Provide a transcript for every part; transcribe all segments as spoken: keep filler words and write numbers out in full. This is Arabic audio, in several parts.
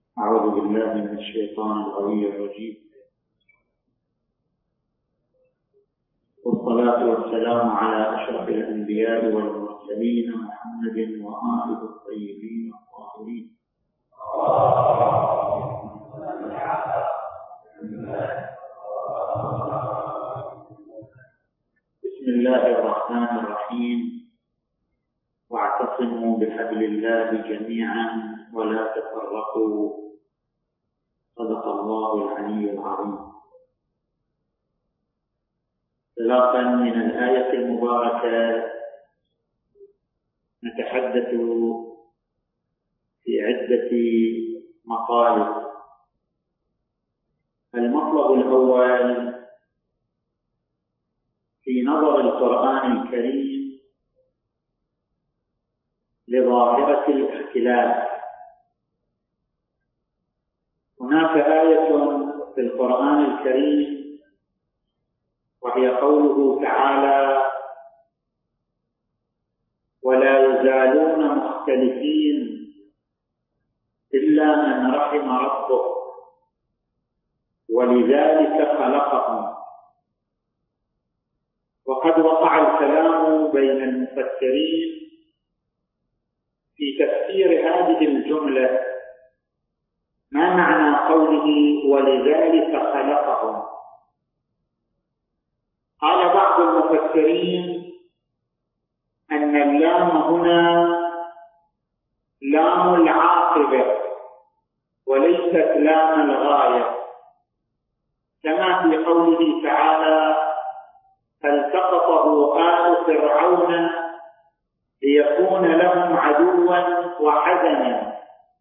أعوذ بالله من الشيطان الغوي الرجيم، والصلاة والسلام على أشرف الأنبياء والمرسلين محمد وآله الطيبين الطاهرين. بسم الله الرحمن الرحيم. واعتصموا بحبل الله جميعا ولا تفرقوا، صدق الله العلي العظيم. انطلاقا من الآية المباركة نتحدث في عدة مطالب. المطلب الأول في نظر القرآن الكريم لظاهرة الاختلاف. هناك آية في القرآن الكريم وهي قوله تعالى: ولا يزالون مختلفين إلا من رحم ربك ولذلك خلقهم. وقد وقع الكلام بين المفسرين في تفسير هذه الجملة. ما معنى قوله ولذلك خلقهم؟ قال بعض المفسرين أن اللام هنا لام العاقبة وليست لام الغاية، كما في قوله تعالى: فالتقطه آل فرعون ليكون لهم عدوا وحزنا.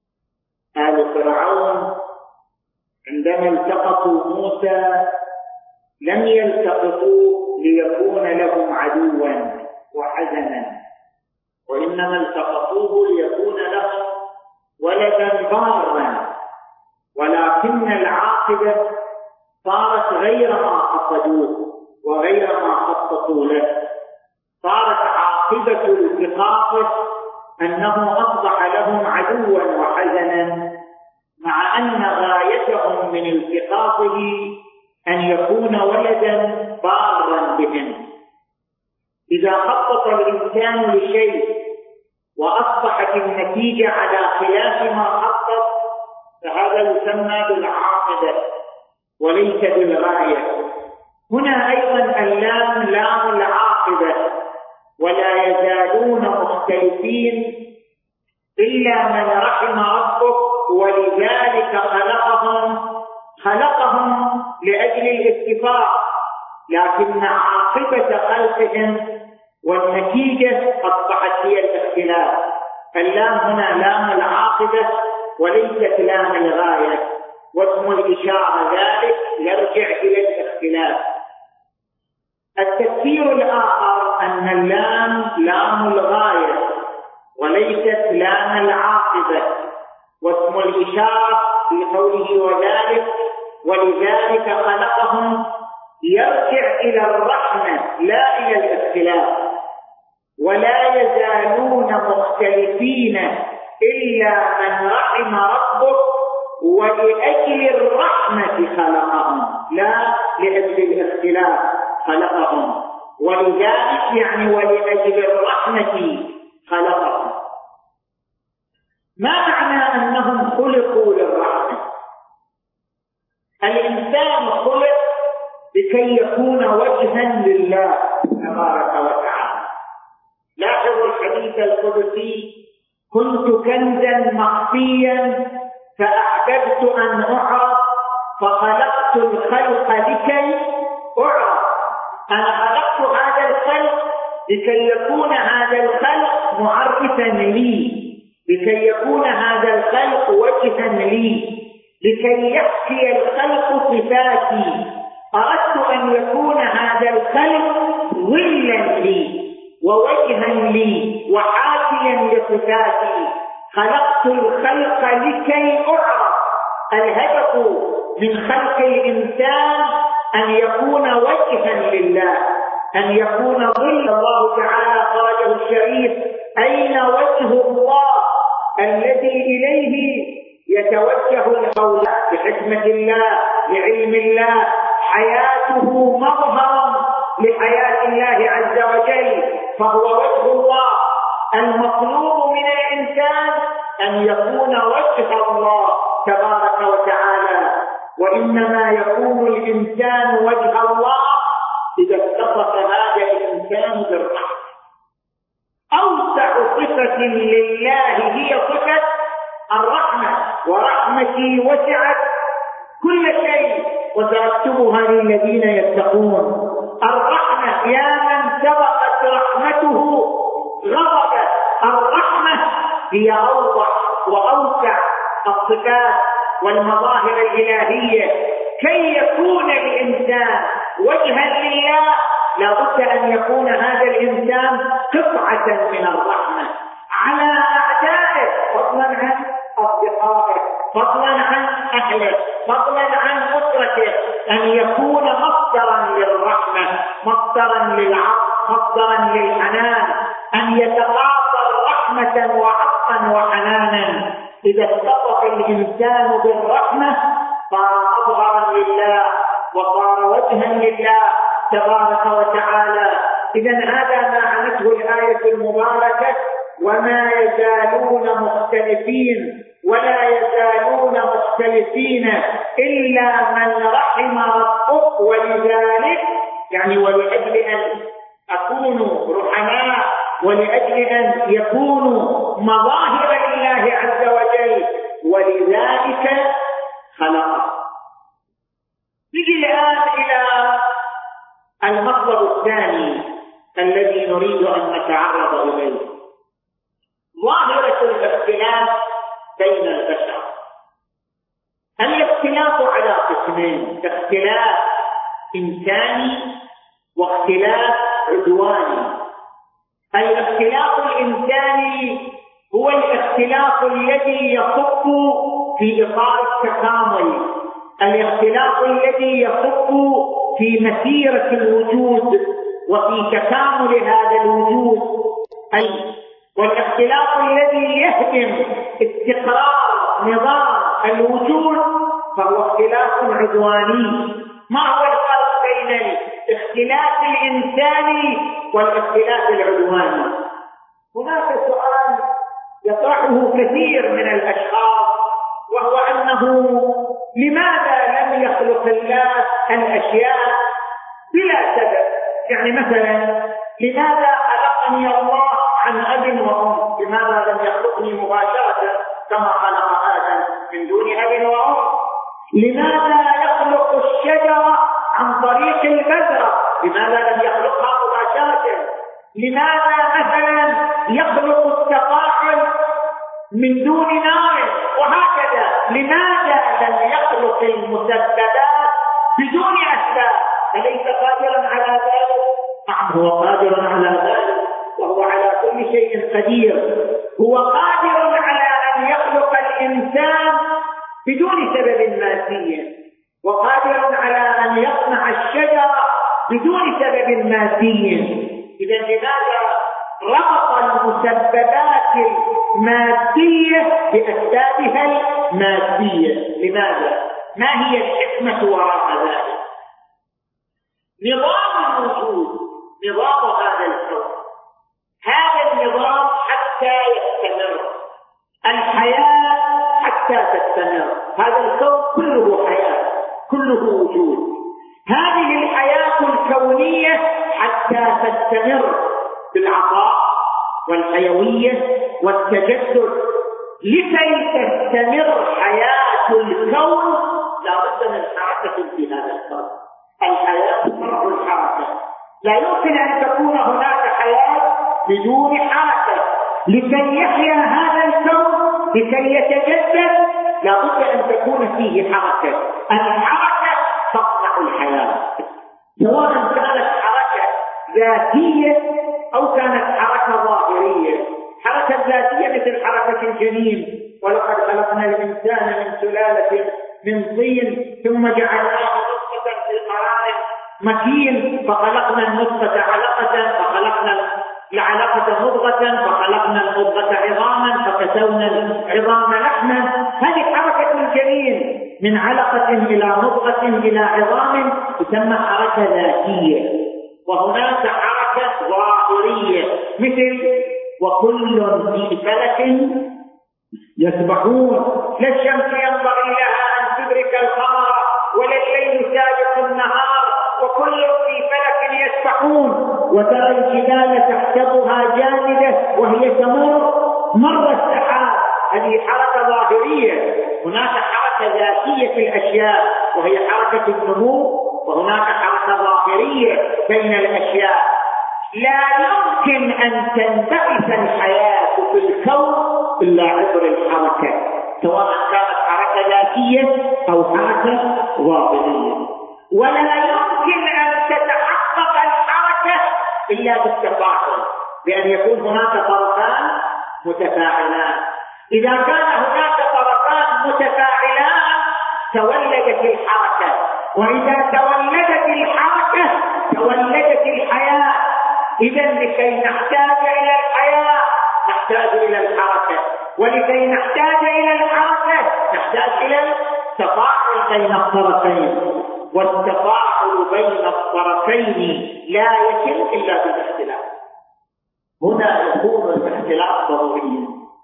آل فرعون عندما التقطوا موسى لم يلتقطوا ليكون لهم عدوا وحزنا، وإنما التقطوه ليكون لهم ولدا بارا، ولكن العاقبة صارت غير ما قصدوه وغير ما خططوا له. صارت عاقبة التقاطه أنه أصبح لهم عدوا وحزنا، مع أن غايتهم من التقاطه أن يكون ولدا بارا بهم. إذا خطط الإنسان لشيء وأصبحت النتيجة على خلاف ما خطط فهذا يسمى بالعاقبة وليس بالغاية. هنا أيضا اللام لام العاقبة، ولا يزالون مختلفين إلا من رحم ربك ولذلك خلقهم. خلقهم لأجل الاتفاق، لكن عاقبة خلقهم والنتيجة أصبحت هي الاختلاف. اللام هنا لام العاقبة وليست لام الغاية، واسم الإشارة ذلك يرجع إلى الاختلاف. التفسير الآخر أن اللام لام الغاية وليست لام العاقبة، واسم الإشارة في قوله وذلك ولذلك خلقهم يرجع إلى الرحمة لا إلى الاختلاف. ولا يزالون مختلفين إلا من رحم ربك ولأجل الرحمة خلقهم لا لأجل الاختلاف خلقهم. ولذلك يعني ولأجل الرحمة خلقهم. ما معنى أنهم خلقوا للرحمة؟ الإنسان خلق لكي يكون وجها لله تبارك وتعالى. لاحظوا الحديث القدسي: كنت كنزا مخفيا فأحببت أن أعرف فخلقت الخلق لكي أعرف. أنا خلقت هذا الخلق لكي يكون هذا الخلق معرفا لي، لكي يكون هذا الخلق وجها لي، لكي يحكي الخلق صفاتي. أردت أن يكون هذا الخلق ظلا لي ووجها لي وحاكيا لصفاتي. خلقت الخلق لكي أعرف. الهدف من خلق الإنسان أن يكون وجها لله، أن يكون ظل. الله تعالى قاله الشريف: أين وجه الله الذي إليه يتوجه القول بحكمة الله لعلم الله، حياته مظهر لحياة الله عز وجل، فهو وجه الله. المطلوب من الإنسان أن يكون وجه الله تبارك وتعالى، وإنما يكون الإنسان وجه الله إذا اتصف هذا الإنسان بالرحمة. أوسع صفة لله هي صفة الرحمة، ورحمتي وسعت كل شيء وسأكتبها للذين يتقون. الرحمة يا من سبقت رحمته غضبا، الرحمة هي أوضح وأوسع الصفات والمظاهر الإلهية. كي يكون الإنسان وجها لله لا بد أن يكون هذا الإنسان قطعة من الرحمة على أعدائه، فضلا عن أصدقائه، فضلا عن أهله، فضلا عن أسرته، أن يكون مصدرا للرحمة، مصدرا للعطف، مصدرا للحنان، أن يتقاطر رحمة وعطفا وحنانا. إذا اتصف الإنسان بالرحمة صار أظهرا لله وصار وجها لله تبارك وتعالى. إذا هذا ما عنته الآية المباركة: وما يزالون مختلفين ولا يزالون مختلفين إلا من رحم ربك، ولذلك يعني ولأجل أن أكونوا رحماء، ولأجل أن يكونوا مظاهر لله عز وجل، ولذلك خلق. نجي الآن إلى المطلب الثاني الذي نريد أن نتعرض إليه: ظاهرة الاختلاف بين البشر. الاختلاف على قسمين: اختلاف إنساني واختلاف عدواني. الاختلاف الإنساني هو الاختلاف الذي يصب في إطار التكامل، الاختلاف الذي يصب في مسيرة الوجود وفي تكامل هذا الوجود، والاختلاف الذي يهدم استقرار نظام الوجود فهو اختلاف عدواني. ما هو الفرق بين الاختلاف الإنساني والاختلاف العدواني؟ هناك سؤال يطرحه كثير من الأشخاص، وهو أنه لماذا لم يخلق الله الأشياء بلا سبب؟ يعني مثلا لماذا خلقني الله عن أب وأم؟ لماذا لم يخلقني مباشرة كما خلق آدم من دون أب وأم؟ لماذا يخلق الشجرة عن طريق البذرة؟ لماذا لم يخلقها مباشرة؟ لماذا مثلا يخلق التفاعل من دون نار؟ وهكذا. لماذا لم يخلق المسببات بدون أسباب؟ أليس قادرا على ذلك؟ نعم هو قادر على ذلك، وهو على كل شيء قدير. هو قادر على أن يخلق الإنسان بدون سبب مادي، وقادر على أن يصنع الشجرة بدون سبب مادي. إذا لماذا ربط المسببات المادية بأسبابها المادية؟ لماذا؟ ما هي الحكمة وراء ذلك؟ نظام الوجود، نظام هذا الكون، هذا النظام حتى يستمر، الحياة حتى تستمر، هذا الكون كله حياة، كله وجود. هذه الحياة الكونية حتى تستمر بالعطاء والحيوية والتجدد. لكي تستمر حياة الكون لا بد من حركة في هذا الكون. الحياة فرع الحركة، لا يمكن أن تكون هناك حياة بدون حركة. لكي يحيا هذا الكون، لكي يتجدد، لا بد أن تكون فيه حركة. الحركة تصنع الحياة، سواء كانت حركة ذاتية أو كانت حركة ظاهرية. حركة ذاتية مثل حركة الجنين: ولقد خلقنا الإنسان من سلالة من طين ثم جعلناه نطفة في قرار مكين، فخلقنا النطفة علقة، فخلقنا العلقة مضغة، فخلقنا المضغة عظاما، فكسونا العظام لحما. هذه حركة من علقة إلى مضغة إلى عظام تسمى حركة ذاتية. وهناك حركة ظاهرية مثل وكل في فلك يسبحون. لا الشمس ينبغي لها أن تدرك القمر ولا الليل سابق النهار، وكل في فلك يسبحون. وترى الجبال تحسبها جامدة وهي تمر مر السحاب. هذه حركة ظاهرية. هناك حركة ذاتية في الأشياء وهي حركة النمو، وهناك حركة ظاهرية بين الأشياء. لا يمكن أن تنبعث الحياة في الكون إلا عبر الحركة، سواء كانت حركة ذاتية أو حركة ظاهرية. ولا يمكن أن تتحقق الحركة إلا بالتفاعل، بأن يكون هناك طرفان متفاعلان. إذا كان هناك طرفان متفاعلان تولدت الحركة، وإذا تولدت الحركة تولدت الحياة. إذا لكي نحتاج إلى الحياة نحتاج إلى الحركة، ولكي نحتاج إلى الحركة نحتاج إلى التفاعل بين الطرفين. والتفاعل بين الطرفين لا يتم إلا بالاختلاف. هنا يكون الاختلاف ضروريا.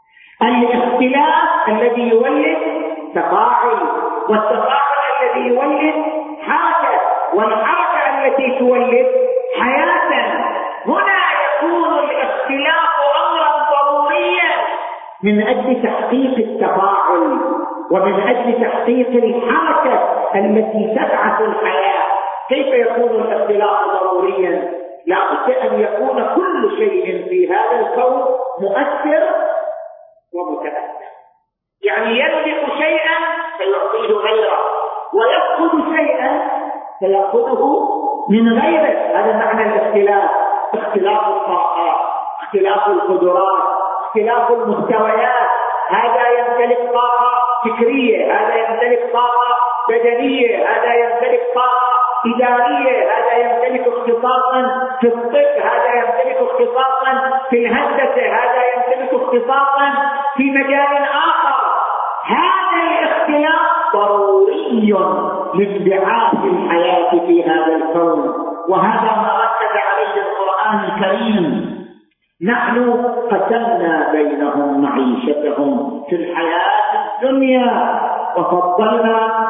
الاختلاف الذي يولد تفاعل، والتفاعل الذي يولد حركة، والحركة التي تولد حياة. هنا يكون الاختلاف أمرا ضروريا من أجل تحقيق التفاعل ومن أجل تحقيق الحركة التي تبعث الحياة. كيف يكون الاختلاف ضروريا؟ لا بد أن يكون كل شيء في هذا الكون مؤثر ومتأثر، يعني يملك شيئا فيعطيه غيره، ويفقد شيئا فيأخذه من غيره. هذا معنى الاختلاف. اختلاف الطاقات، اختلاف القدرات، اختلاف المستويات. هذا يمتلك طاقة فكرية، هذا يمتلك طاقة بدنية، هذا يمتلك طاقة إدارية، هذا يمتلك اختصاصا في الطب، هذا يمتلك اختصاصا في الهندسة، هذا يمتلك اختصاصا في مجال آخر. هذا الاختلاف ضروري لانبعاث الحياة في هذا الكون، وهذا ما ركز عليه القرآن الكريم. نحن قسمنا بينهم معيشتهم في الحياة الدنيا وفضلنا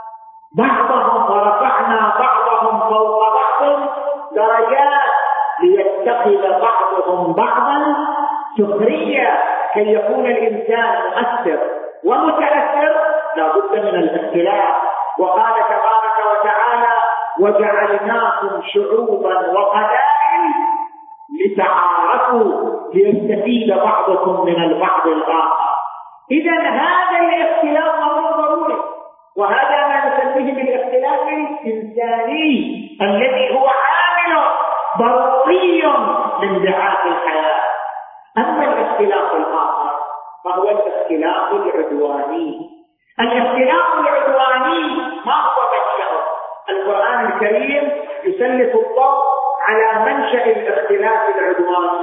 بعضهم ورفعنا بعضهم فوق بعض درجات ليتخذ بعضهم بعضا سخريا، كي يكون الإنسان مؤثر ومتأثر. لا بد من الاختلاف. وقال تبارك وتعالى وجعلناكم شعوبا وقبائل لتعارفوا ليستفيد بعضكم من البعض الآخر. إذا هذا الاختلاف أمر ضروري، وهذا ما نسميه بالاختلاف الإنساني الذي هو عامل ضروري لانبعاث الحياة. أما الاختلاف الآخر فهو الاختلاف العدواني. الاختلاف العدواني ما هو منشأه؟ القرآن الكريم يسلط الضوء على منشأ الاختلاف العدواني.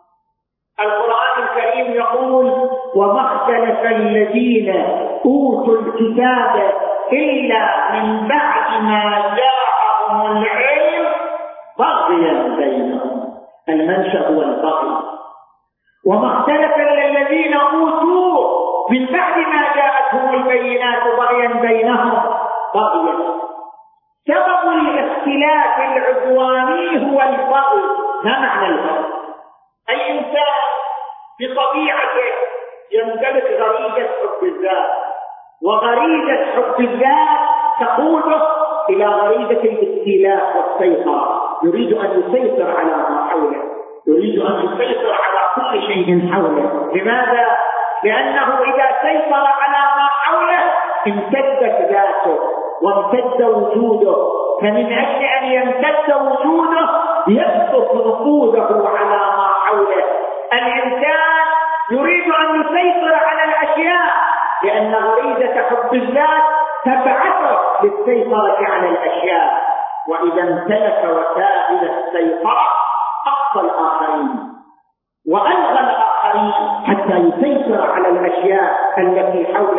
القرآن الكريم يقول وما اختلف الذين أوتوا الكتاب إلا من بعد ما جاءهم العلم بغيا بينهم. المنشأ هو البغي. وما اختلف الذين أوتوا من بعد ما جاءتهم البينات بغيا بينهم بغيا. سبب الاختلاف العدواني هو البغي. ما معنى البغي؟ الإنسان بطبيعته يمتلك غريزة حب الذات، وغريزة حب الذات تقوده إلى غريزة الاستيلاء والسيطرة. يريد أن يسيطر على ما حوله، يريد أن يسيطر على كل شيء حوله. لماذا؟ لأنه إذا سيطر على ما حوله امتدت ذاته وامتد وجوده، فمن أجل أن يمتد وجوده يبسط نفوذه على ما حوله. الإنسان يريد أن يسيطر على الأشياء لأن غريزة حب الذات تبعثه للسيطرة على الأشياء، وإذا امتلك وسائل السيطرة أقصى الآخرين وألغى الآخرين حتى يسيطر على الأشياء التي حوله.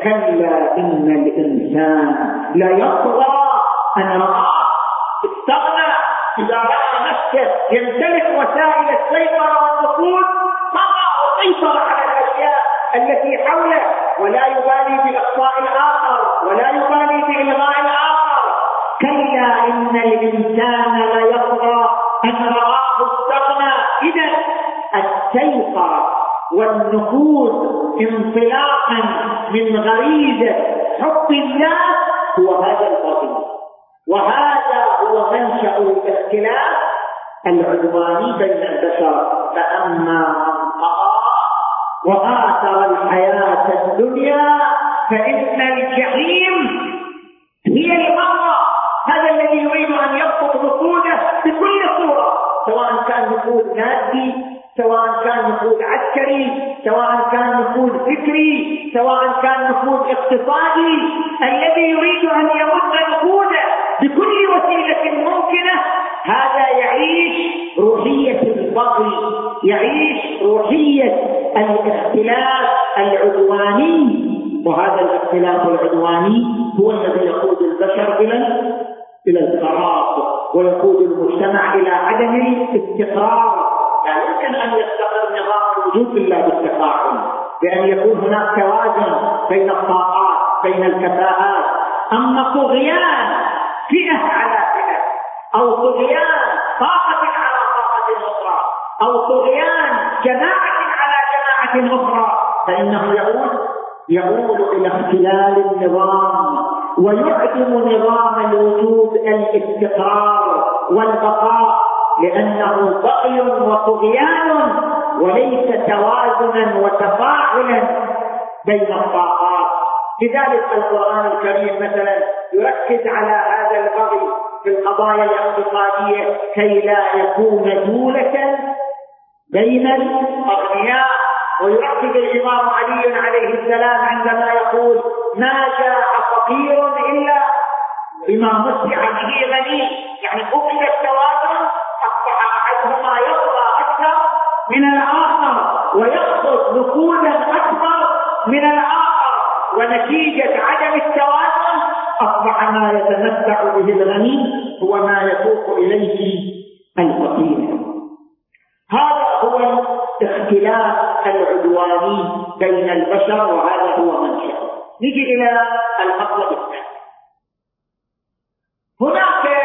كلا إن الإنسان لا يطغى أن رآه استغنى. إذا رأى نفسه يمتلك وسائل السيطرة والنفوذ طغى وسيطر على الأشياء التي حوله، ولا يبالي بإخفاء الآخر ولا يبالي بإلغاء الآخر. كلا إن الإنسان لا يطغى أن رآه استغنى. إذا السيطرة والنفوذ انطلاقا من غريزة حب الناس هو هذا البغي، وهذا هو منشأ الاختلاف العدواني بين البشر. فأما من طغى وآثر الحياة الدنيا فإن الجحيم هي المأوى. هذا الذي يريد أن يبسط نفوذه بكل صورة، سواء كان نفوذ مادي، سواء كان نفوذ عسكري، سواء كان نفوذ فكري، سواء كان نفوذ اقتصادي. الذي يريد أن يمد نفوذه بكل وسيلة ممكنة هذا يعيش روحية البغي، يعيش روحية الاختلاف العدواني. وهذا الاختلاف العدواني هو الذي يقود البشر إلى إلى الخراب، ويقود المجتمع إلى عدم الاستقرار. لا يمكن أن يستقر نظام الوجود إلا بالتفاعل، بأن يكون هناك توازن بين الطاقات بين الكفاءات. أما طغيان فئة على فئة، أو طغيان طاقة على طاقة أخرى، أو طغيان جماعة على جماعة أخرى، فإنه يعود يعود إلى اختلال النظام، ويعدم نظام الوجود الاستقرار والبقاء، لأنه بغي وطغيان وليس توازنا وتفاعلا بين الطاقات. لذلك القرآن الكريم مثلا يركز على هذا البغي في القضايا الاقتصادية كي لا يكون دولة بين الأغنياء. ويركز الإمام علي عليه السلام عندما يقول ما جاء فقير إلا بما متع به غني، يعني فقد التوازن، أصبح أحدهما يطغى أكثر من الآخر ويأخذ نفوذا أكبر من الآخر، ونتيجة عدم التوازن أصبح ما يتمتع به الغني هو ما يسوق إليه الفقير. هذا هو الاختلاف العدواني بين البشر، وهذا هو منشأ. نجي إلى المطلب الثاني. هناك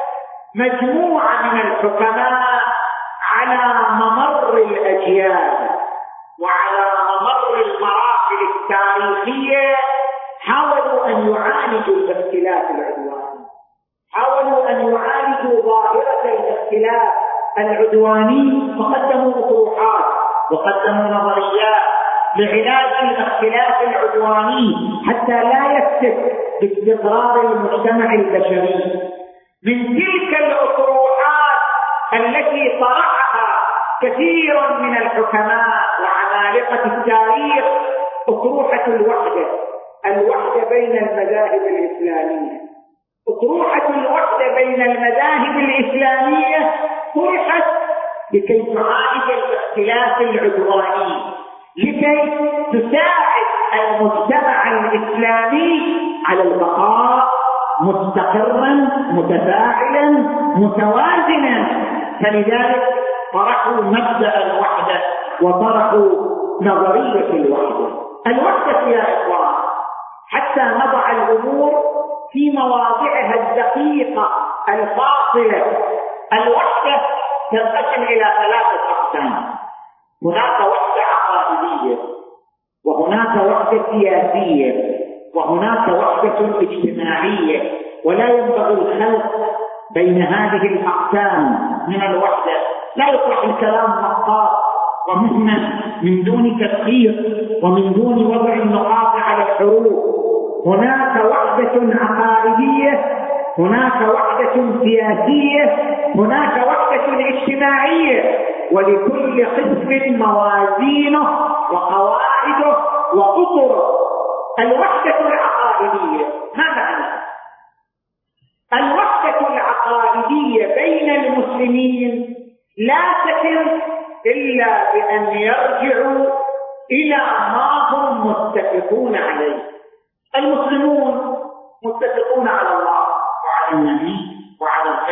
مجموعة من الحكماء على ممر الأجيال وعلى ممر المراحل التاريخية حاولوا أن يعالجوا الاختلاف العدواني، حاولوا أن يعالجوا ظاهرة الاختلاف العدواني، فقدموا أطروحات وقدموا نظريات لعلاج الاختلاف العدواني حتى لا يفسد باستقرار المجتمع البشري. من تلك الأطروحات التي طرحها كثير من الحكماء وعمالقة التاريخ أطروحة الوحدة، الوحدة بين المذاهب الإسلامية. أطروحة الوحدة بين المذاهب الإسلامية طرحت لكي تعالج الاختلاف العدواني، لكي تساعد المجتمع الإسلامي على البقاء مستقرا متفاعلا متوازنا. فلذلك طرحوا مبدأ الوحدة وطرحوا نظرية الوحدة. الوحدة يا إخوان حتى نضع الأمور في مواضعها الدقيقة الفاصلة، الوحدة تنقسم إلى ثلاثة أقسام. هناك وحدة عقائدية، وهناك وحدة سياسية، وهناك وحدة اجتماعية. ولا ينبغي الخلط بين هذه الأقسام من الوحدة. لا يصلح الكلام مطاط ومهمل من دون تدقيق ومن دون وضع النقاط على الحروف. هناك وحدة عقائدية، هناك وحدة سياسية، هناك وحدة اجتماعية، ولكل قسم موازينه وقواعده وأطره. الوحدة العقائدية ما معنى؟ الوحدة العقائدية بين المسلمين لا تتم إلا بأن يرجعوا إلى ما هم متفقون عليه.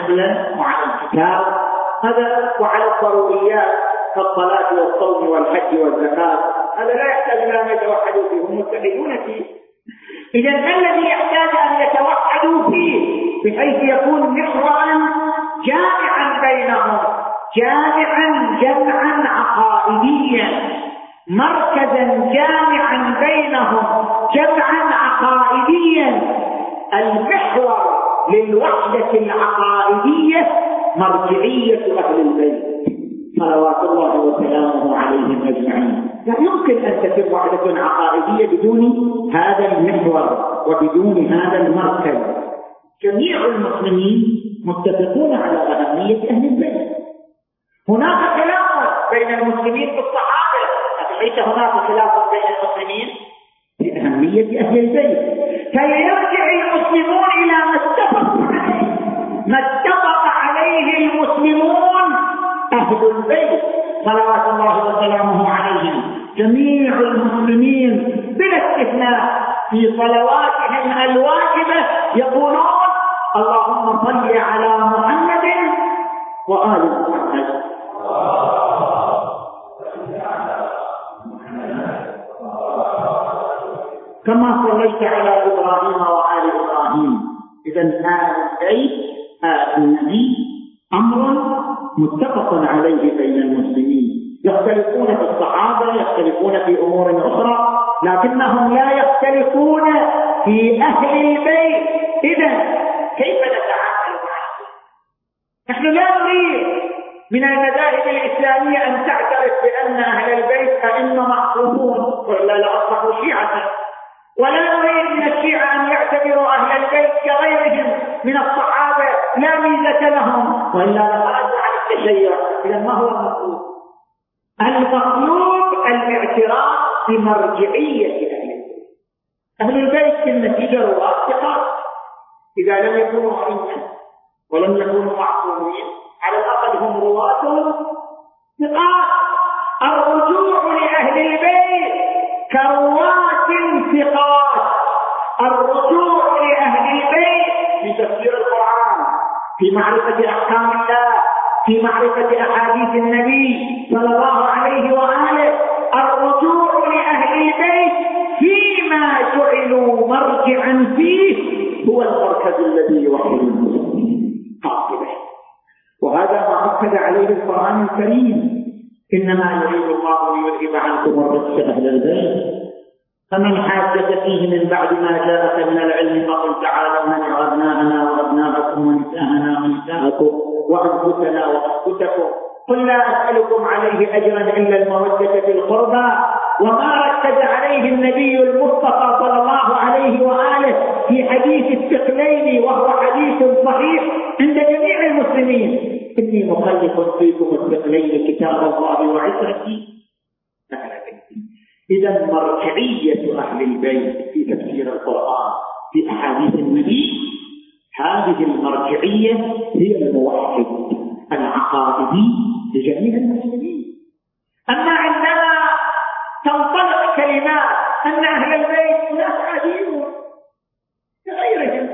نقلا وعلى الكتاب هذا، وعلى الضروريات كالصلاة والصوم والحج والزكاة، هذا لا يحتاج إلى أن يتوحدوا فيه، هم متحدون فيه. إذا الذي يحتاج أن يتوحدوا فيه بحيث يكون محورا جامعا بينهم، جامعا جمعا عقائديا، مركزا جامعا بينهم جمعا عقائديا. المحور للوحدة العقائدية مرجعية أهل البيت صلوات الله وسلامه عليهم أجمعين. لا يمكن أن تتم وحدة عقائدية بدون هذا المحور وبدون هذا المركز. جميع المسلمين متفقون على أهمية أهل البيت. هناك خلاف بين المسلمين في الصحابة، ليس هناك خلاف بين المسلمين في أهمية أهل البيت. فليرجع المسلمون إلى ما اتفقوا عليه، ما اتفق عليه المسلمون أهل البيت صلوات الله وسلامه عليهم. جميع المسلمين بلا استثناء في صلواتهم الواجبة يقولون اللهم صل على محمد وآل محمد. كما صليت على إبراهيم وآل إبراهيم. إذا آل البيت آل النبي أمر متفق عليه بين المسلمين. يختلفون في الصحابة، يختلفون في أمور أخرى، لكنهم لا يختلفون في أهل البيت. إذا كيف نتعامل معهم؟ نحن لا نريد من المذاهب الإسلامية أن تعترف بأن أهل البيت فإنهم معصومون وإلا لأصبحوا شيعة، ولا نريد من الشيعة أن يعتبروا أهل البيت كغيرهم من الصحابة لا ميزة لهم وإلا لخرجوا عن التشيع. إذا ما هو المطلوب؟ المطلوب الاعتراف بمرجعية أهل البيت. أهل البيت في النتيجة رواة ثقات، إذا لم يكونوا أئمة ولم يكونوا معصومين على الأقل هم رواة ثقات. الرجوع لأهل البيت كرواة ثقات، الرجوع لأهل البيت في تفسير القرآن، في معرفة أحكام الله، في معرفة أحاديث النبي صلى الله عليه وآله. الرجوع لأهل البيت فيما جعلوا مرجعا فيه هو المركز الذي يوحد المسلمين قاطبه، وهذا ما أكد عليه القرآن الكريم: إنما يريد الله ليذهب عنكم الرجس أهل البيت فمن حاجة فيه من بعد ما جاءك من العلم فقل تعالوا ندعو أبناءنا وأبناءكم ونساءنا ونساءكم وأنفسنا وأنفسكم قل لا أسألكم عليه أجرا إلا المودة في القربى. وما ركز عليه النبي المصطفى صلى الله عليه وآله في حديث الثقلين وهو حديث صحيح عند جميع المسلمين: إني مخلف فيكم الثقلين كتاب الله وعترتي أهل بيتي. إذا مرجعية أهل البيت في تفسير القرآن في أحاديث النبي، هذه المرجعية هي الموحد العقائدي لجميع المسلمين. أما عندما تنطلق كلمات أن أهل البيت ناس عاديون كغيرهم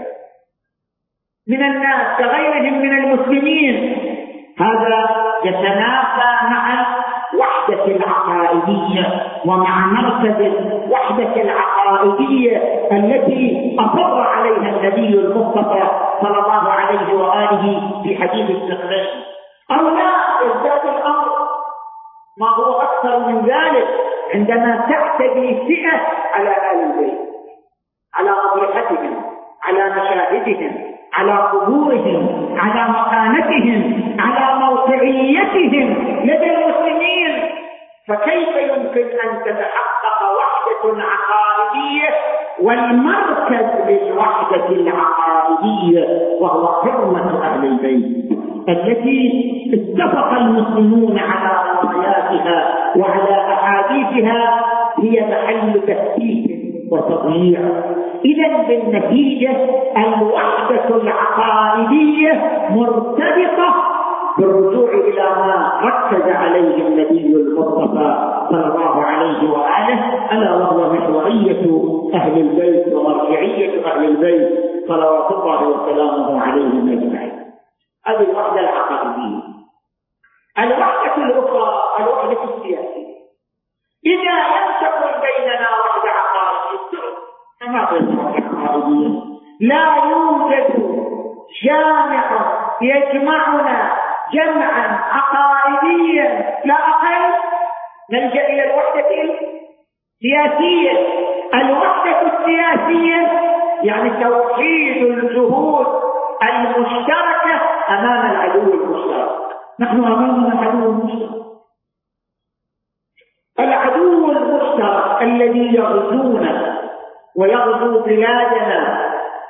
من الناس، كغيرهم من المسلمين، هذا يتنافى مع وحدة العقائدية ومع مركز الوحدة العقائدية التي أصر عليها النبي المصطفى صلى الله عليه وآله في حديث الثقلين. أو لا يزداد الأمر ما هو أكثر من ذلك عندما تعتدي فئة على آل البيت، على أضرحتهم، على مشاهدهم، على قبورهم، على مكانتهم، على موقعيتهم لدى المسلمين. فكيف يمكن أن تتحقق وحدة عقائدية والمركز للوحدة العقائدية وهو حرمة أهل البيت التي اتفق المسلمون على رواياتها وعلى أحاديثها هي محل تفتيش وتضييع. إذا بالنتيجة الوحدة العقائدية مرتبطة بالرجوع إلى ما ركز عليه النبي المصطفى صلى الله عليه وآله، ألا وهو محورية أهل البيت ومرجعية أهل البيت صلوات الله وسلامه عليهم أجمعين. هذه الوحدة العقائدية. الوحدة الأخرى الوحدة السياسية. إذا لم تكن بيننا وحدة عقائدية فما بيننا وحدة عقائدية؟ لا يوجد جامع يجمعنا جمعا عقائديا لا أقل، نلجأ إلى الوحدة السياسية. الوحدة السياسية يعني توحيد الجهود المشتركة أمام العدو المشترك. نحن أمامنا عدو مشترك، العدو المشترك الذي يغزونا ويغزو بلادنا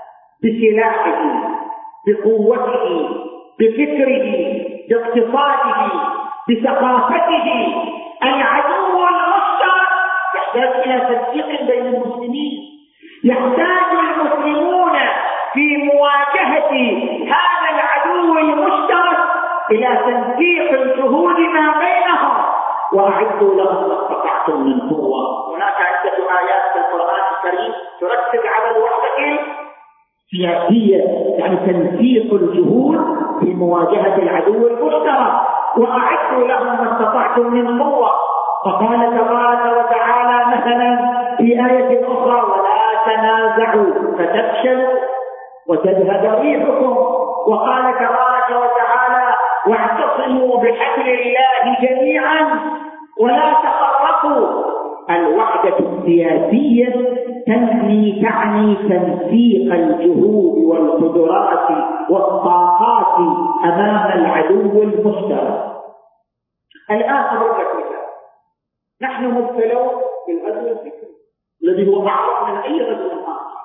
بسلاحه بقوته بفكره باقتصاده بثقافته. العدو المشترك يحتاج إلى تنسيق بين المسلمين، يحتاج المسلمون في مواجهة هذا العدو المشترك إلى تنسيق الجهود ما بينهم. وأعدوا لهم ما استطعتم من قوة. هناك عدة آيات في القرآن الكريم تركز على الوحدة السياسية، يعني تنسيق الجهود في مواجهة العدو المشترك. وأعدوا لهم ما استطعتم من قوة. فقال تبارك وتعالى مثلا في آية أخرى: ولا تنازعوا فتفشلوا وتذهب ريحكم. وقال تبارك وتعالى: واعتصموا بحبل الله جميعا ولا تفرقوا. الوحدة السياسية تعني تعني تنسيق الجهود والقدرات والطاقات أمام العدو المشترك. الآن أقول لك مثال: نحن مبتلون بالغزو الفكري الذي هو أعظم من أي غزو آخر.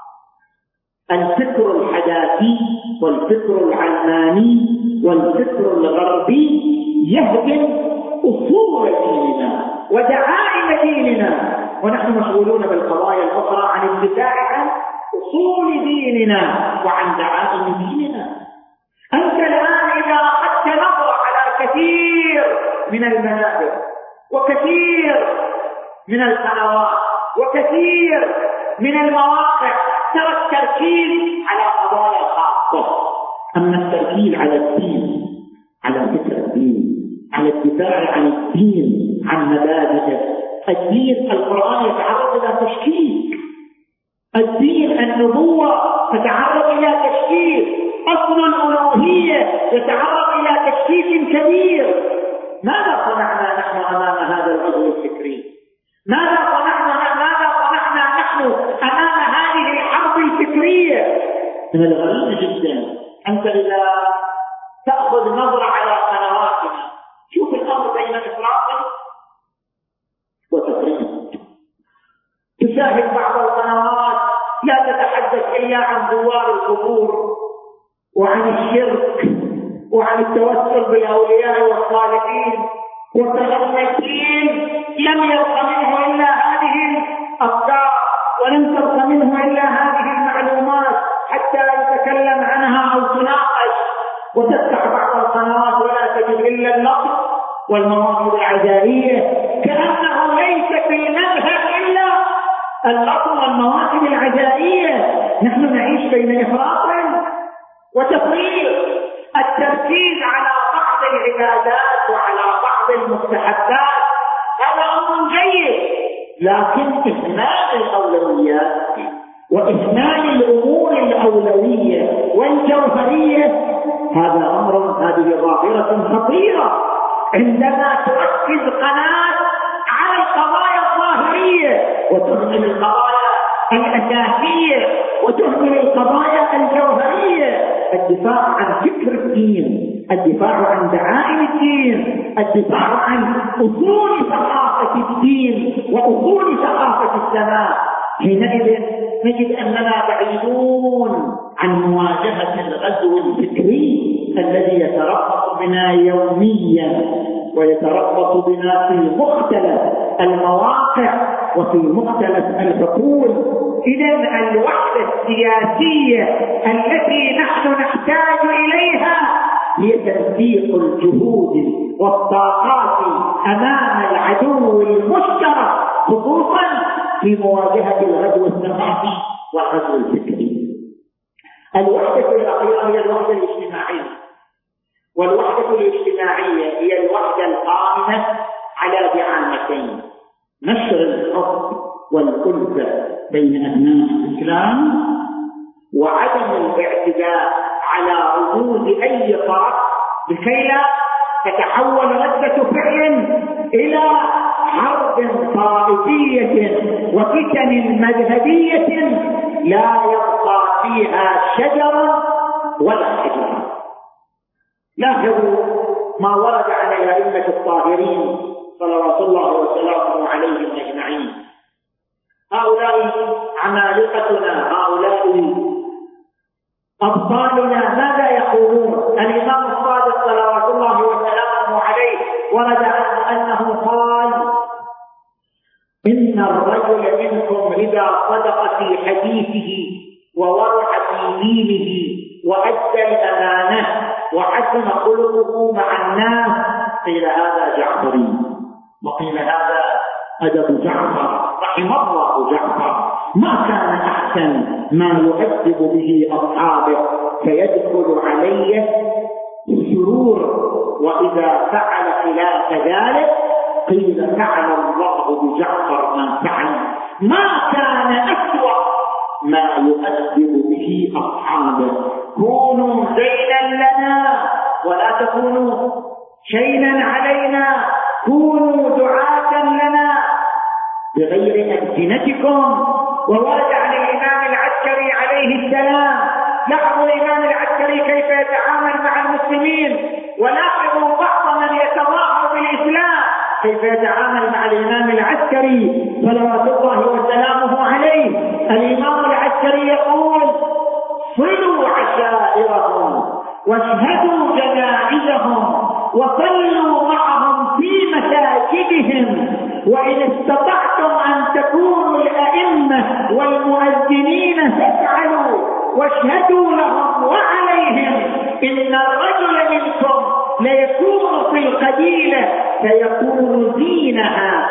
الفكر الحداثي والفكر العلماني والفكر الغربي يهدم أصول ديننا ودعائم ديننا، ونحن مشغولون بالقضايا الأخرى عن الدفاع عن أصول ديننا وعن دعائم ديننا. أنت الآن إذا أخذت نظرة على كثير من المنابر وكثير من القنوات وكثير من المواقع ترى التركيز على قضايا خاصة، أما التركيز على الدين، على فكر الدين، على الدفاع عن الدين، عن مبادئه. الدين القرآن يتعرض إلى تشكيك، الدين النبوة تتعرض إلى تشكيك، أصل الألوهية يتعرض إلى تشكيك كبير. ماذا صنعنا نحن أمام هذا الغزو الفكري؟ ماذا صنعنا ماذا صنعنا نحن أمام هذه الحرب الفكرية؟ من الغريب جدا أنت إذا تأخذ نظرة على قنواتنا شوف الأمر بين إفراط وتفريط. تشاهد بعض القنوات لا تتحدث إلا عن زوار القبور وعن الشرك وعن التوسل بالأولياء والصالحين، وكأن الدين لم يبق منه إلا هذه الأفكار ولم تبق منه إلا هذه المعلومات حتى يتكلم عنها أو تناقش. وتفتح بعض القنوات ولا تجد إلا اللطف والمواقف العزائية، كأنه ليس في المذهب إلا اللطف والمواقف العزائية. نحن نعيش بين إفراط وتفريط. التركيز على بعض العبادات وعلى بعض المستحبات هذا أمر جيد، لكن إهمال الأولويات وإهمال الأمور الأولوية والجوهرية هذا أمر، هذه ظاهرة خطيرة. عندما تركز قناة على القضايا الظاهرية وتهمل القضايا الأساسية وتهمل القضايا الجوهرية، الدفاع عن فكر الدين، الدفاع عن دعائم الدين، الدفاع عن أصول ثقافة الدين وأصول ثقافة السماء، حينئذ نجد أننا بعيدون عن مواجهة الغزو الفكري الذي يتربص بنا يوميا ويتربص بنا في مختلف المواقع وفي مختلف الحقول. إذن الوحدة السياسية التي نحن نحتاج إليها هي تنسيق الجهود والطاقات أمام العدو المشترك، خصوصا في مواجهة الغزو الثقافي والغزو الفكري. الوحدة الأخيرة هي الوحدة الاجتماعية. والوحدة الاجتماعية هي الوحدة القائمة على دعامتين: نشر الحب والألفة بين أبناء الإسلام، وعدم الاعتداء على ردود أي طرف لكي لا تتحول ردة فعل إلى حرب طائفية وفتن مذهبية لا يبقى فيها شجرة ولا حجر. لاحظوا ما ورد عن الأئمة الطاهرين صلوات الله وسلامه عليهم أجمعين. هؤلاء عمالقتنا، هؤلاء أبطالنا، ماذا يقولون؟ الإمام الصادق صلوات الله وسلامه عليه ورد عنه أنه قال: إن الرجل منكم إذا صدق في حديثه وورع في دينه وأدى الأمانة وحسن خلقه مع الناس، قيل هذا جعفري، وقيل هذا أدب جعفر، رحم الله جعفر، ما كان أحسن ما يؤدب به أصحابه، فيدخل عليه السرور، وإذا فعل خلاف ذلك قيل فعل الله بجعفر ما فعل. ما كان أسوأ ما يؤدب به أصحابه. كونوا زينا لنا ولا تكونوا شينا علينا، كونوا دعاة لنا بغير ألسنتكم. وورد عن الإمام العسكري عليه السلام، لاحظوا الإمام العسكري كيف يتعامل مع المسلمين، ولاحظوا بعض من يتظاهر بالإسلام كيف يتعامل مع الإمام العسكري صلوات الله وسلامه عليه. الإمام العسكري يقول: صلوا عشائرهم واشهدوا جنائزهم وصلوا معهم في مساجدهم، وإن استطعتم أن تكونوا الأئمة والمؤذنين فافعلوا واشهدوا لهم وعليهم. إن الرجل منكم ليكون في القبيلة فيكون دينها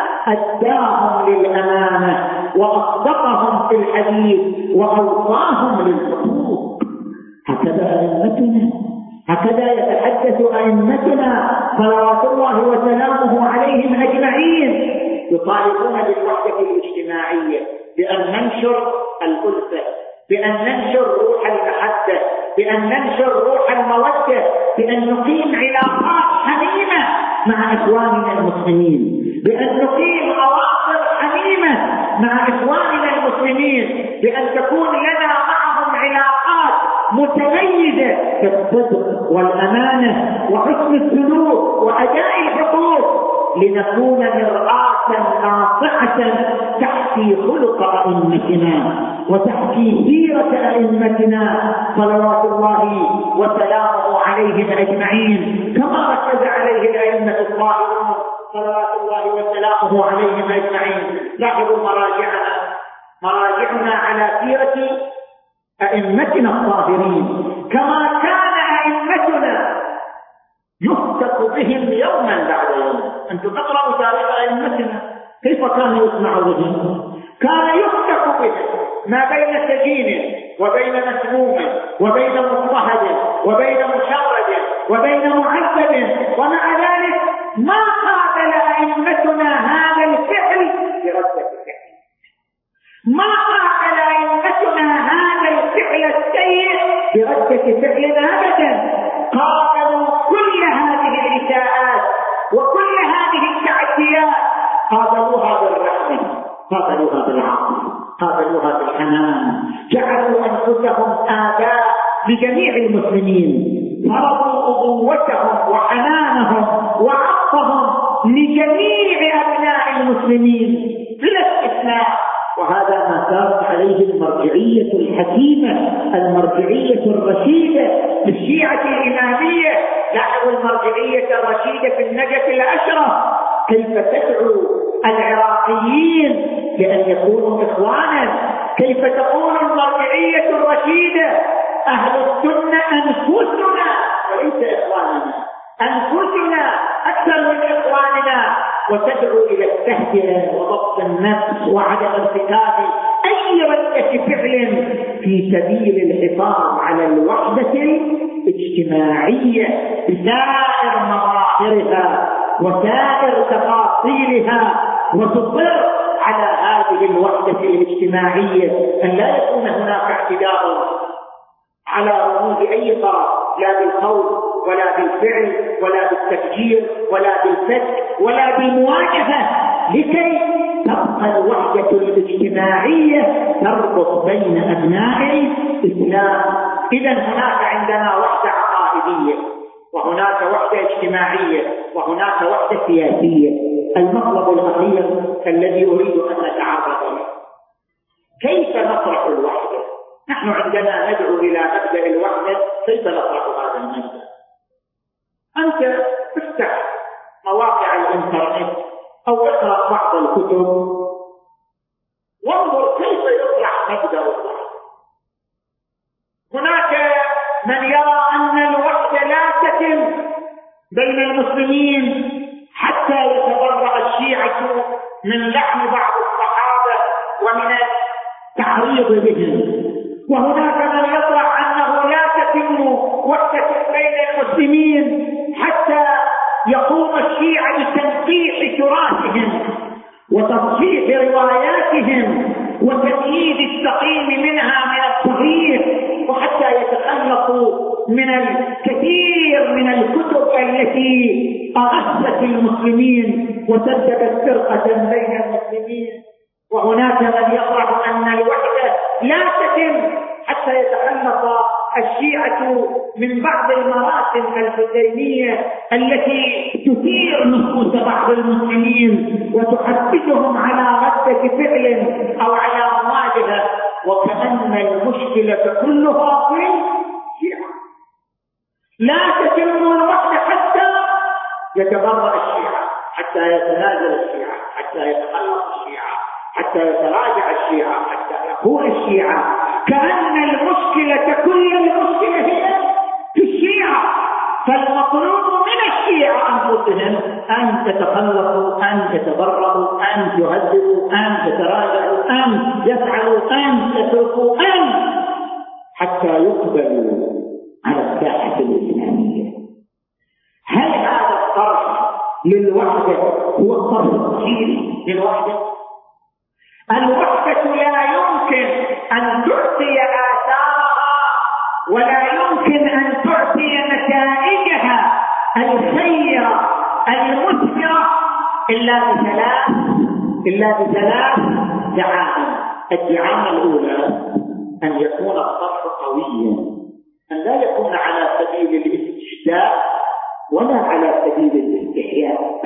أداهم للأمانة وأصدقهم في الحديث وأوصاهم للحقوق. هكذا أئمتنا، هكذا يتحدث أئمتنا صلوات الله وسلامه عليهم أجمعين. يطالبون بالوحدة الاجتماعية، بأن ننشر الألفة، بأن ننشر روح المحبة، بأن ننشر روح المودة، بأن نقيم علاقات حميمة مع إخواننا المسلمين، بأن نقيم أواصر حميمة مع إخواننا المسلمين، بأن تكون لنا معهم علاقات متميزة في الصدق والأمانة وحسن السلوك وأداء الحقوق، لنكون مرآة ناصحة تحكي خلق أئمتنا وتحكي سيرة أئمتنا صلوات الله وسلامه عليهم أجمعين، كما ركز عليه الأئمة الطاهرون صلوات الله وسلامه عليهم أجمعين. لاحظوا مراجعنا مراجعنا على سيرة أئمتنا الطاهرين، كما كان أئمتنا يفتك بهم يوما بعد يوم. أنتم تقرأوا تاريخ أئمتنا كيف كان يسمع بهم؟ كان يفتك بهم ما بين سجين وبين مسموم وبين مضطهد وبين مشرد وبين معذب، ومع ذلك ما قاتل أئمتنا هذا الفعل بردة الفعل، ما قاتل أئمتنا هذا الفعل السيء بردة فعل أبدا. قاتلوا كل هذه الإساءات وكل هذه التعديات، قاتلوها بالرحمة، قاتلوها بالعطف، قاتلوها بالحنان، جعلوا أنفسهم آباء لجميع المسلمين، فرضوا أبوتهم وحنانهم وعطفهم لجميع أبناء المسلمين بلا استثناء. وهذا ما سارت عليه المرجعية الحكيمة، المرجعية الرشيدة للشيعة الإمامية. لاحظوا المرجعية الرشيدة في النجف الأشرف كيف تدعو العراقيين لأن يكونوا إخوانا، كيف تقول المرجعية الرشيدة: أهل السنة أنفسنا وليس إخواننا، أنفسنا أكثر من إخواننا، وتدعو إلى التهدئة وضبط النفس وعدم ارتكاب أي ردة فعل في سبيل الحفاظ على الوحدة الاجتماعية بسائر مظاهرها وسائر تفاصيلها، وتصر على هذه الوحدة الاجتماعية، أن لا يكون هناك اعتداء على رموز أي طرف، لا بالقول ولا بالفعل ولا بالتفجير ولا بالفتك ولا بالمواجهة، لكي تبقى الوحدة الاجتماعية تربط بين أبناء الإسلام. إذا هناك عندنا وحدة عقائدية، وهناك وحدة اجتماعية، وهناك وحدة سياسية. المطلب الأخير الذي أريد أن نتعرض له، كيف نطرح الوحدة؟ نحن عندما ندعو إلى مبدأ الوحدة، كيف نطرح هذا المبدأ؟ أنت افتح مواقع الإنترنت أو اقرأ بعض الكتب وانظر كيف يطرح مبدأ الوحدة. هناك من يرى أن الوحدة لا تتم بين المسلمين حتى يتبرأ الشيعة من لحم بعض الصحابة ومن التعريض بهم، وهناك من يطرح أنه لا تتم وحدة بين المسلمين حتى يقوم الشيعة بتنقيح تراثهم وتصحيح رواياتهم وتمييز السقيم منها من الصحيح، وحتى يتخلصوا من الكثير من الكتب التي أغثت المسلمين وسببت فرقة بين المسلمين. وهناك من يطرح أن الوحدة لا تتم حتى يتخلص الشيعة من بعض المراسم الحسينية التي تثير نفوس بعض المسلمين وتحفزهم على ردة فعل أو على مواجهة، وكأن المشكلة كلها في الشيعة. لا تتم الوحدة حتى يتبرأ الشيعة، حتى يتنازل الشيعة، حتى يتخلص الشيعة، حتى يتراجع الشيعة، حتى يقول الشيعة، كأن المشكلة كل المشكلة هي في الشيعة. فالمطلوب من الشيعة أنفسهم أن تتخلصوا، أن تتبرأوا، أن تهذبوا، أن تتراجعوا، أن يفعلوا، أن تتركوا، أن حتى يقبلوا على الساحة الإسلامية. هل هذا الطرح للوحدة هو الطرح الصحيح للوحدة؟ الوحدة لا يمكن أن تعطي آثارها ولا يمكن أن تعطي نتائجها الخيرة المثمرة إلا بثلاث إلا بثلاث دعائم. الدعامة الأولى أن يكون الطرح قويا، أن لا يكون على سبيل الاستجداء ولا على سبيل الاستحياء.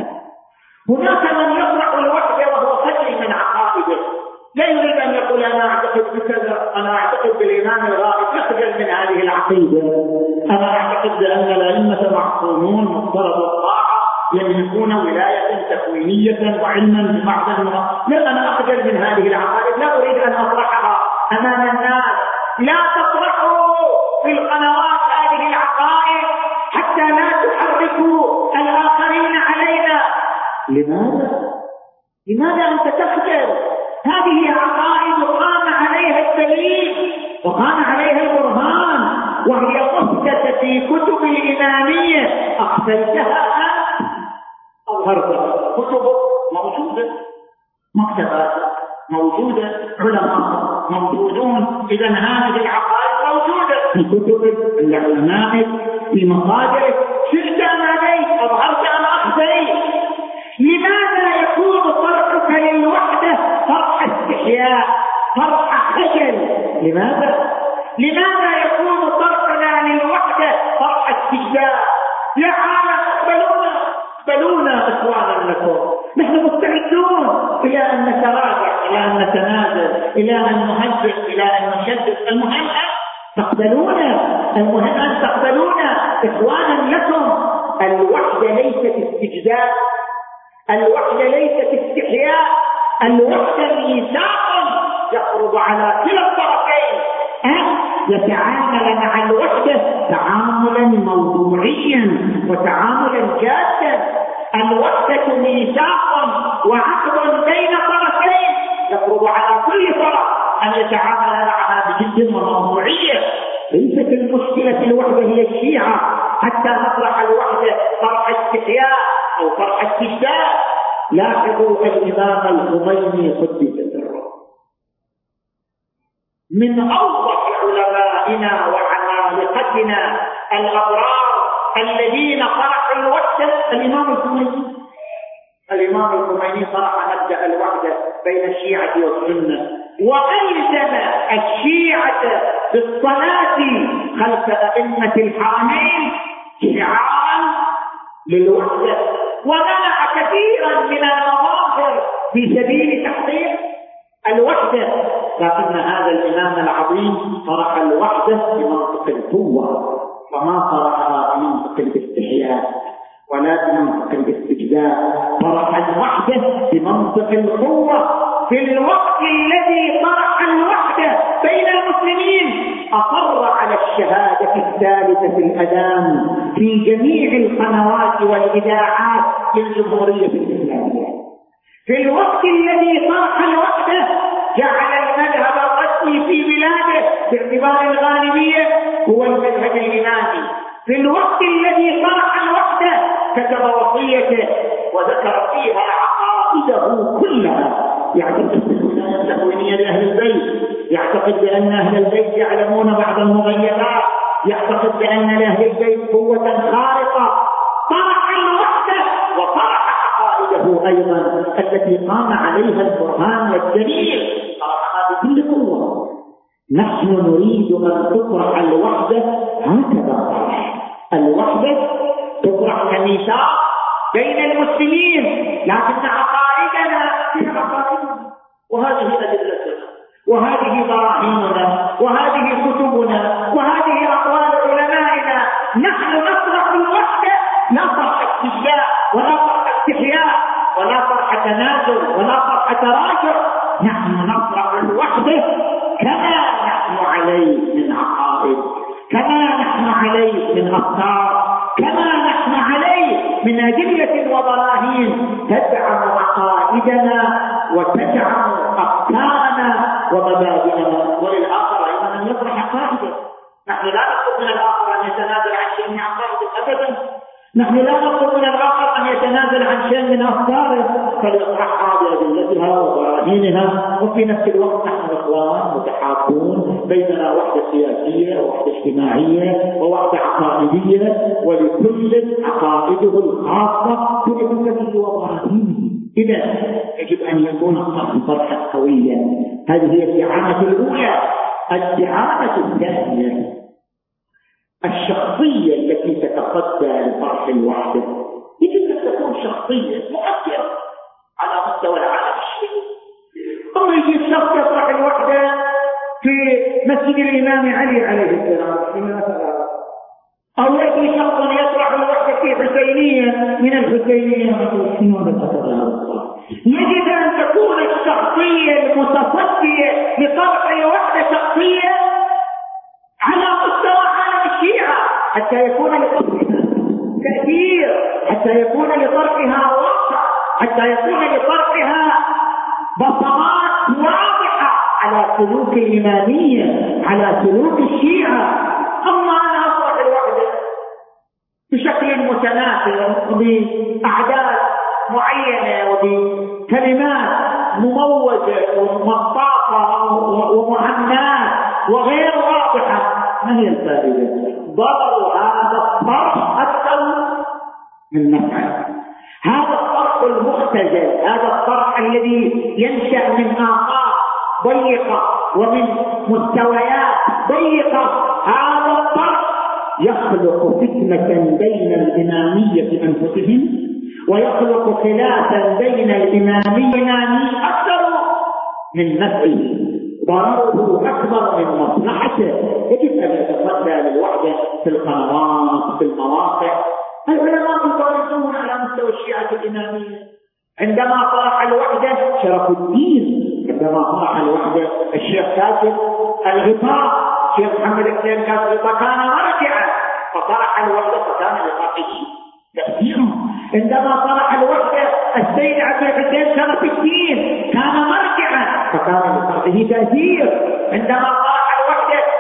هناك من يطرح الوحدة وهو خجل من عقائده، لا يريد أن يقول أنا أعتقد بكذا، أنا أعتقد بالإيمان الغائب، يخجل من هذه العقيدة. أنا أعتقد بأن الأئمة معصومون مفترض الطاعة، يملكون ولاية تكوينية وعلما بمعنى. لا، أنا أخجل من هذه العقائد، لا أريد أن أطرحها أمام الناس. لا تطرحوا في القنوات هذه العقائد حتى لا تحركوا الآخرين علينا. لماذا؟ لماذا أنت تخجل؟ هذه عقائد قام عليها الدليل وقام عليها البرهان، وهي محدثة في كتب الإمامية، أخفيتها أنت أظهرتها. كتب موجودة، مكتبات موجودة، علماء موجودون. إذا هذه العقائد موجودة في كتب العلماء، في مصادر. شئت أم أبيت، أظهرت أم أخفيت. لماذا يكون طرحك للوحدة طرح استحياء، طرح خجل؟ لماذا؟ لماذا يكون طرحنا للوحدة طرح استجداء؟ يا عالم اقبلونا، اقبلونا اخوانا لكم، نحن مستعدون إلى أن نتراجع، إلى أن نتنازل، إلى أن نهجر، إلى أن نشدد. المهم أن تقبلونا، المهم أن تقبلونا إخوانا لكم. الوحدة ليست استجداء، الوحدة ليست استحياء، الوحدة ميثاق يفرض على كلا الطرفين أن يتعامل مع الوحدة تعاملا موضوعيا وتعاملا جادا. الوحدة ميثاق وعقد بين طرفين يفرض على كل طرف أن يتعامل معها بجد وموضوعية. ليست المشكلة في الوحدة هي الشيعة حتى نطرح الوحدة طرح استحياء أو طرح استشهاد. لاحظوا الإمام الخميني قدس سره من أوضح علمائنا وعمالقتنا الأبرار الذين طرحوا الوحدة الإمام الخميني. الإمام الخميني طرح مبدأ الوحدة بين الشيعة والسنة، وألزم الشيعة بالصلاة خلف أئمة الحرمين شعارا للوحدة، ومنع كثيرا من المظاهر في سبيل تحقيق الوحدة. لكن هذا الإمام العظيم طرح الوحدة بمنطق القوة، وما طرحها بمنطق الاستحياء ولا بمنطق الاستجداء، طرح الوحدة بمنطق القوة. في الوقت الذي طرح الوحدة بين المسلمين أصر على الشهادة الثالثة في الأذان في جميع القنوات والإذاعات للجمهورية الإسلامية. في الوقت الذي طرح الوحدة جعل المذهب الرسمي في بلاده باعتبار الغالبية هو المذهب الإمامي. في الوقت الذي طرح الوحدة كتب وصيته وذكر فيها عقائده كلها. يعتقد بالولاية التكوينية لأهل البيت، يعتقد بأن أهل البيت يعلمون بعض المغيبات، يعتقد بأن لأهل البيت قوة خارقة. طرح الوحدة وطرح عقائده أيضا التي قام عليها القرآن والدليل، طرحها بكل قوة. نحن نريد أن تطرح الوحدة هكذا طرح الوحدة، تطرح كميثاق بين المسلمين، لكن عقائدنا هي عقائدنا، وهذه أدلتنا وهذه براهيننا وهذه كتبنا وهذه أقوال علمائنا. نحن نطرح الوحدة، لا طرح استشهاد ولا طرح استحياء ولا طرح تنازل ولا طرح تراجع. نحن نطرح الوحدة كما نحن عليه من عقائد، كما نحن عليه من أفكار، كما نحن عليه من أدلة وبراهين تدعم عقائدنا وتدعم أفكارنا ومبادئنا. وللآخر أيضا أن يطرح عقائده. نحن لا نطلب من الآخر أن يتنازل عن شيء من عقائده أبدا، نحن لا نطلب من الآخر أن يتنازل عن شيء من أفكاره، فليطرحها بأدلتها وبراهينها. وفي نفس الوقت نحن إخوان متحابون، بيننا وحدة سياسية ووحدة اجتماعية ووحدة عقائدية، ولكل عقائده الخاصة بأدلته وبراهينه. إذا يجب أن يكون الطرح طرحا قويا. هذه هي الدعامة الأولى. الدعامة الثانية الشخصية التي تتصدى لطرح الوحدة يجب أن تكون شخصية مؤثرة على مستوى العالم الشيعي. أو يجي شخص يطرح الوحدة في مسجد الإمام علي عليه السلام، أو يجي شخص يطرح الوحدة في حسينية من الحسينية. يجب أن تكون الشخصية المتصدية لطرح الوحدة شخصية على مستوى عالم الشيعة حتى يكون لطرحها تأثير، حتى يكون لطرحها واقع، حتى يكون لطرحها بصمات واضحة على سلوك الإمامية، على سلوك الشيعة. أما أنا أطرح الوحدة بشكل متناثر وبأعداد معينة وبكلمات مموجة ومطاطة ومعنات وغير واضحة، ما هي الفائدة؟ ضرر هذا الطرح أكثر من نفعه. هذا الطرح المختزل، هذا الطرح الذي ينشأ من آفاق ضيقة ومن مستويات ضيقة، هذا الطرح يخلق فتنة بين الإمامية أنفسهم، ويخلق خلافا بين الإماميين أكثر من نفعه، ضرره أكبر من مصلحته. يجب أن يتصدى للوحدة في القنوات في المواقع. العلماء يطالبون على مستوى الشيعة الإمامية. عندما طرح الوحدة شرف الدين، عندما طرح الوحدة الشيخ كاتب الغطاء، الشيخ محمد حسين كاتب الغطاء كان مرجعا، فطرح الوحدة فكان لطرحه تأثيره. عندما طرح الوحدة السيد عبد الحسين شرف الدين كان مرجعا، فكان لطرحه تأثير. عندما طرح الوحدة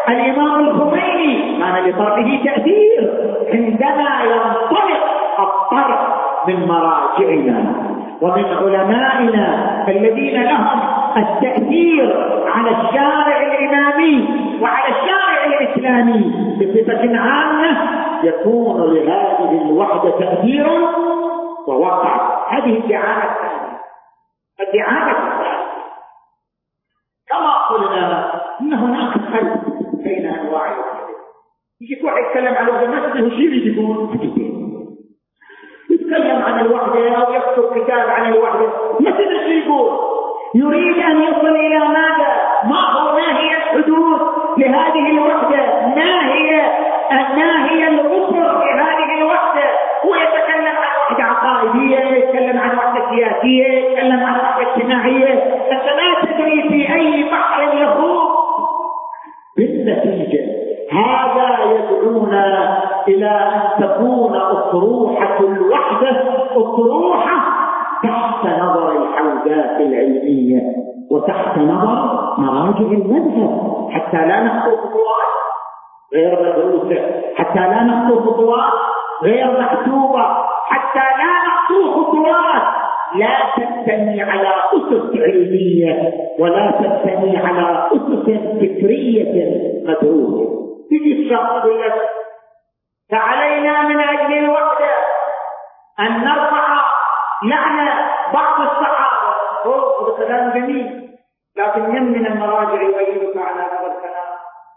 الإمام الخميني كان لطرحه تأثير عندما ينطلق الطرح من مراجعنا ومن علمائنا الذين لهم التأثير على الشارع الإمامي وعلى الشارع الإسلامي بصفة عامة، يكون لهذه الوحدة تأثير ووقع. هذه الدعامة الثانية، الدعامة الثانية كما قلنا إن هناك فرق بين أنواع الوحدة. يجي واحد يتكلم عن الوحدة نفسه شيء يقول يتكلم عن الوحدة أو يكتب كتاب عن الوحدة مثل اللي يقول يريد أن يصل إلى ماذا؟ ما هو ما هي الحدود لهذه الوحدة؟ ما هي ما هي الأسر لهذه الوحدة؟ هو يتكلم عن وحدة عقائدية، يتكلم عن وحدة سياسية، يتكلم عن وحدة اجتماعية، أنت لا تدري في أي بحر يخوض. بالنتيجة هذا يدعونا إلى أن تكون أطروحة الوحدة أطروحة تحت نظر الحوزات العلمية وتحت نظر مراجع المذهب، حتى لا نخطو خطوات غير مدروسة، حتى لا نخطو خطوات غير محسوبة، حتى لا نخطو خطوات لا تبتني على أسس علمية ولا تبتني على أسس فكرية مدروسة. تجي الشخص يقول لك فعلينا من أجل الوحدة أن نرفع لعنة بعض الصحابة. هو كلام جميل، لكن من من المراجع يبينك على هذا الكلام؟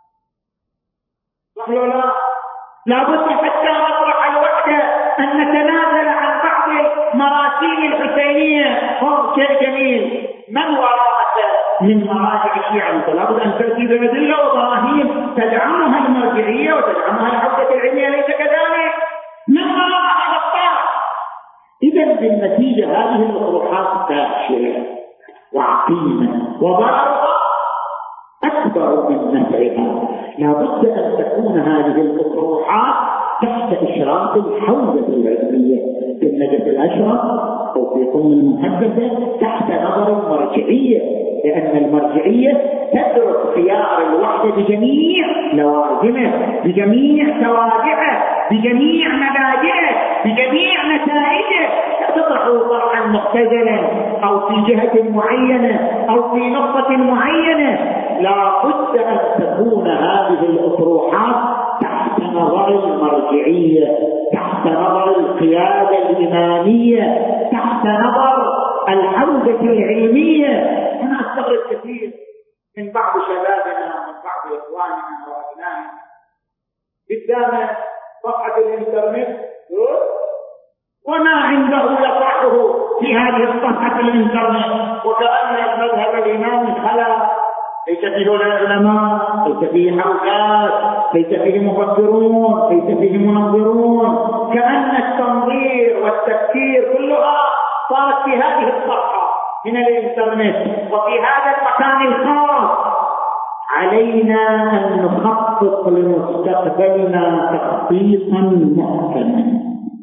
صح ولا لا؟ لابد حتى نطرح الوحدة أن نتنازل عن بعض مراسيم الحسينية. هو شيء جميل. من وراءك من مراجع الشيعة؟ لابد أن تأتي بأدلة وبراهين تدعمها المرجعية وتدعمها الحوزة العلمية، ليس كذلك؟ من وراء هذا الطرح. إذا بالنتيجة هذه الأطروحات فاشلة وعقيمة وضررها أكبر من نفعها. لابد أن تكون هذه الأطروحات تحت إشراف الحوزة العلمية في النجف الأشرف أو في قم المحدثة تحت نظر المرجعية، لأن المرجعية تدرس خيار الوحدة بجميع لوازمه، بجميع توابعه، بجميع مبادئه، بجميع نتائجه. لا تطرحه طرحا مختزلا أو في جهة معينة أو في نقطة معينة. لا بد أن تكون هذه الأطروحات تحت نظر المرجعية، تحت نظر القيادة الإمامية، تحت نظر الحوزة العلمية. أنا أستغرب كثير من بعض شبابنا ومن بعض إخواننا وأبنائنا قدام صفحة الإنترنت وما عنده يطرحه في هذه الصفحة الإنترنت، وكأن المذهب الإمامي خلا، ليس فيه العلماء، ليس فيه حوزات، ليس فيه مفكرون، ليس فيه منظرون. كأن التنظير والتفكير كلها صارت في هذه الصفحة من الإنترنت وفي هذا المكان الخاص. علينا أن نخطط لمستقبلنا تخطيطا محكما.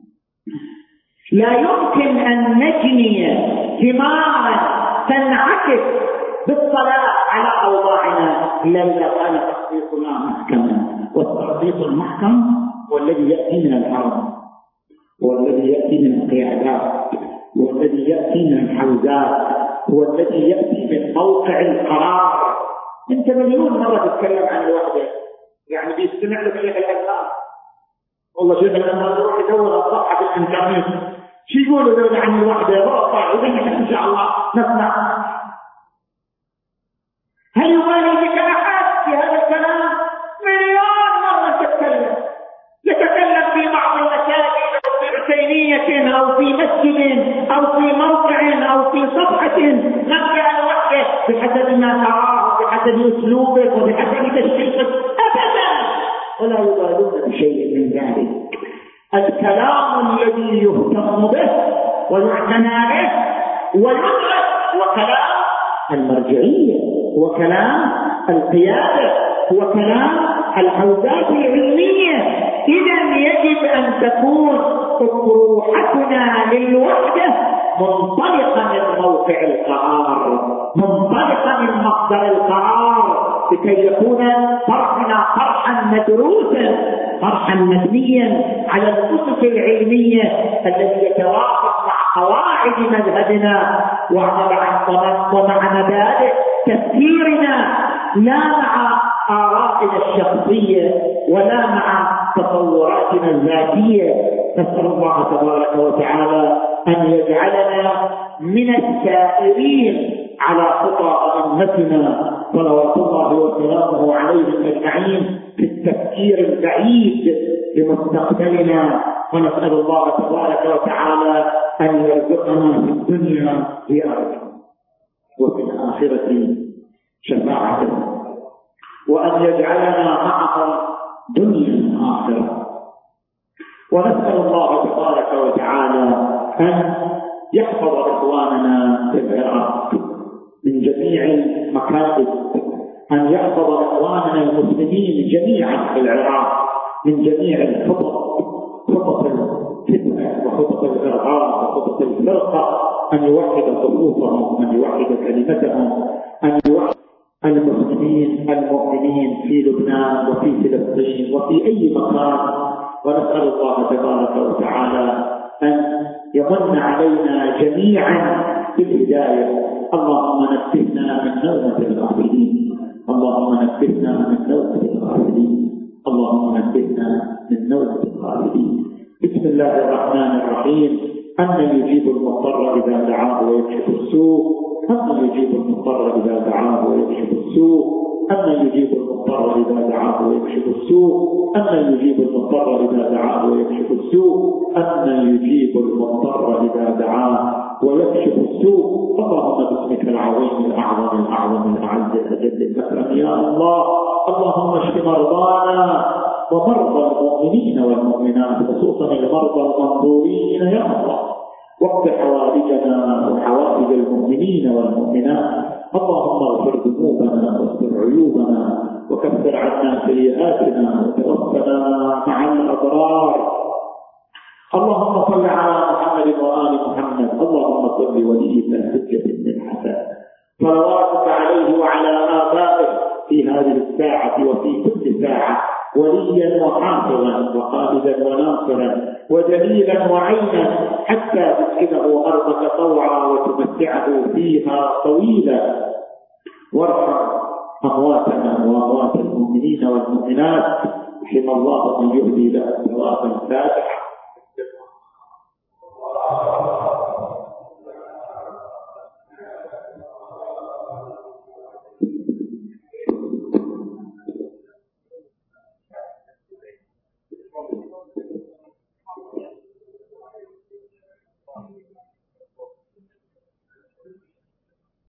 لا يمكن أن نجني ثمارا تنعكس بالصلاح على أوضاعنا إلا إذا كان تخطيطنا محكما. والتخطيط المحكم هو الذي يأتي من الحرم، هو الذي يأتي من القيادات، هو الذي يأتي من الحوزات، هو الذي يأتي من موقع القرار. انت مليون مرة تتكلم عن الوحدة، يعني بيستمع لك شيخ الأزهر، والله شيخ الأزهر يروح يدور على صفحة الإنترنت شو يقولوا دول عن الوحدة، رفع إذا إن شاء الله نسمع. هل يبالي بك أحد في هذا الكلام؟ مليون مرة تتكلم، يتكلم في بعض المساجد أو في حسينية أو في مسجد أو في موقع أو في صفحة نبكي عن الوحدة بحسب ما تراه وبحسب أسلوبك وبحسب تشخيصك أبدا، ولا يبالون بشيء من ذلك. الكلام الذي يهتم به ويعتنى به ويدرس هو كلام المرجعية، هو كلام القيادة، هو كلام الحوزات العلمية. إذا يجب أن تكون أطروحتنا للوحدة منطلقة من موقع القرار، منطلقة من مصدر القرار، لكي يكون طرحنا طرحا مدروسا طرحا مبنيا على الأسس العلمية التي يتوافق مع قواعد مذهبنا ومع مبادئ تفكيرنا، لا مع آرائنا الشخصية ولا مع تصوراتنا الذاتية. نسأل الله تبارك وتعالى أن يجعلنا من السائرين على خطى أئمتنا صلوات الله وسلامه عليهم أجمعين في التفكير البعيد لمستقبلنا. ونسأل الله تبارك وتعالى أن يرزقنا في الدنيا زيارته وفي الآخرة شفاعته، وأن يجعلنا معه دنيا آخرة. ونسأل الله تبارك وتعالى أن يحفظ إخواننا في العراق من جميع المكاتب، أن يحفظ إخواننا المسلمين جميعا في العراق من جميع الخطط، خطط الفتنة وخطط الإرهاب وخطط الفرقة، أن يوحد صفوفهم، أن يوحد كلمتهم، أن يوحد المسلمين المؤمنين في لبنان وفي فلسطين وفي أي مكان. ونسأل الله تبارك وتعالى أن يمن علينا جميعا بالهداية. اللهم نبهنا من نومة الغافلين، اللهم نبهنا من نومة الغافلين، اللهم نبهنا من نومة الغافلين. بسم الله الرحمن الرحيم. أمن يجيب المضطر إذا دعاه ويكشف السوء، أمن يجيب المضطر إذا دعاه ويكشف السوء، أمن يجيب المضطر إذا دعاه ويكشف السوء، أمن يجيب المضطر إذا دعاه ويكشف السوء، أمن يجيب المضطر إذا دعاه ويكشف السوء. اللهم باسمك العظيم الأعظم الأعظم الأعز الأجل الأكرم يا الله، اللهم اشف مرضانا ومرضى المؤمنين والمؤمنات، خصوصا المرضى المنظورين يا الله، واقض حوائجنا وحوائج المؤمنين والمؤمنات. اللهم اغفر ذنوبنا واستر عيوبنا وكفر عنا سيئاتنا وتوفنا مع الأبرار. اللهم صل على محمد وآل محمد. اللهم صل وليك الحجة بن الحسن صلواتك عليه وعلى آبائه في هذه الساعة وفي كل ساعة، وليا وحافظا وقائدا وناصرا وجليلا وعينا، حتى تسكنه أرضك طوعا وتمتعه فيها طويلا. وارحم أمواتنا وأموات المؤمنين والمؤمنات، رحم الله من يهدي له ثواب الفاتحة.